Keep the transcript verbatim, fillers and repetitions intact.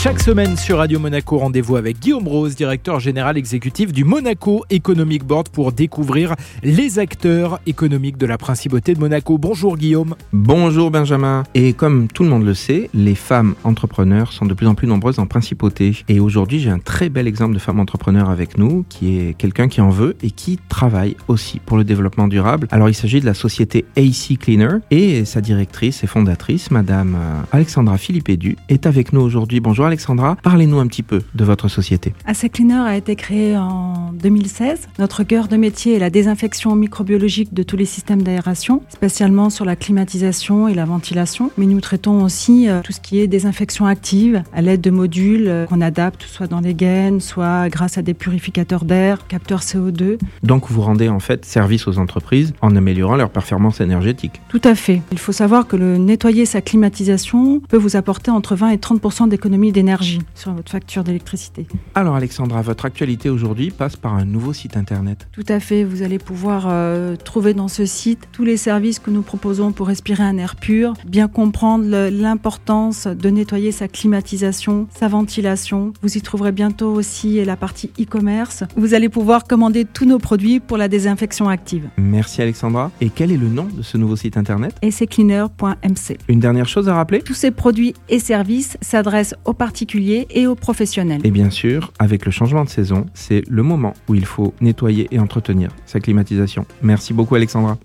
Chaque semaine sur Radio Monaco, rendez-vous avec Guillaume Rose, directeur général exécutif du Monaco Economic Board, pour découvrir les acteurs économiques de la principauté de Monaco. Bonjour Guillaume. Bonjour Benjamin. Et comme tout le monde le sait, les femmes entrepreneurs sont de plus en plus nombreuses en principauté. Et aujourd'hui, j'ai un très bel exemple de femme entrepreneur avec nous, qui est quelqu'un qui en veut et qui travaille aussi pour le développement durable. Alors il s'agit de la société A C Cleaner, et sa directrice et fondatrice, Madame Alexandra Philippédu, est avec nous aujourd'hui. Bonjour Alexandra, parlez-nous un petit peu de votre société. A C Cleaner a été créé en deux mille seize. Notre cœur de métier est la désinfection microbiologique de tous les systèmes d'aération, spécialement sur la climatisation et la ventilation. Mais nous traitons aussi euh, tout ce qui est désinfection active à l'aide de modules euh, qu'on adapte soit dans les gaines, soit grâce à des purificateurs d'air, capteurs C O deux. Donc vous rendez en fait service aux entreprises en améliorant leur performance énergétique. Tout à fait. Il faut savoir que le nettoyer sa climatisation peut vous apporter entre vingt et trente pour cent d'économie d'énergie sur votre facture d'électricité. Alors Alexandra, votre actualité aujourd'hui passe par un nouveau site internet. Tout à fait. Vous allez pouvoir euh, trouver dans ce site tous les services que nous proposons pour respirer un air pur, bien comprendre le, l'importance de nettoyer sa climatisation, sa ventilation. Vous y trouverez bientôt aussi la partie e-commerce. Vous allez pouvoir commander tous nos produits pour la désinfection active. Merci Alexandra. Et quel est le nom de ce nouveau site internet ? a c cleaner point m c. Une dernière chose à rappeler ? Tous ces produits et services s'adressent aux particuliers et aux professionnels. Et bien sûr, avec le changement de saison, c'est le moment où il faut nettoyer et entretenir sa climatisation. Merci beaucoup Alexandra.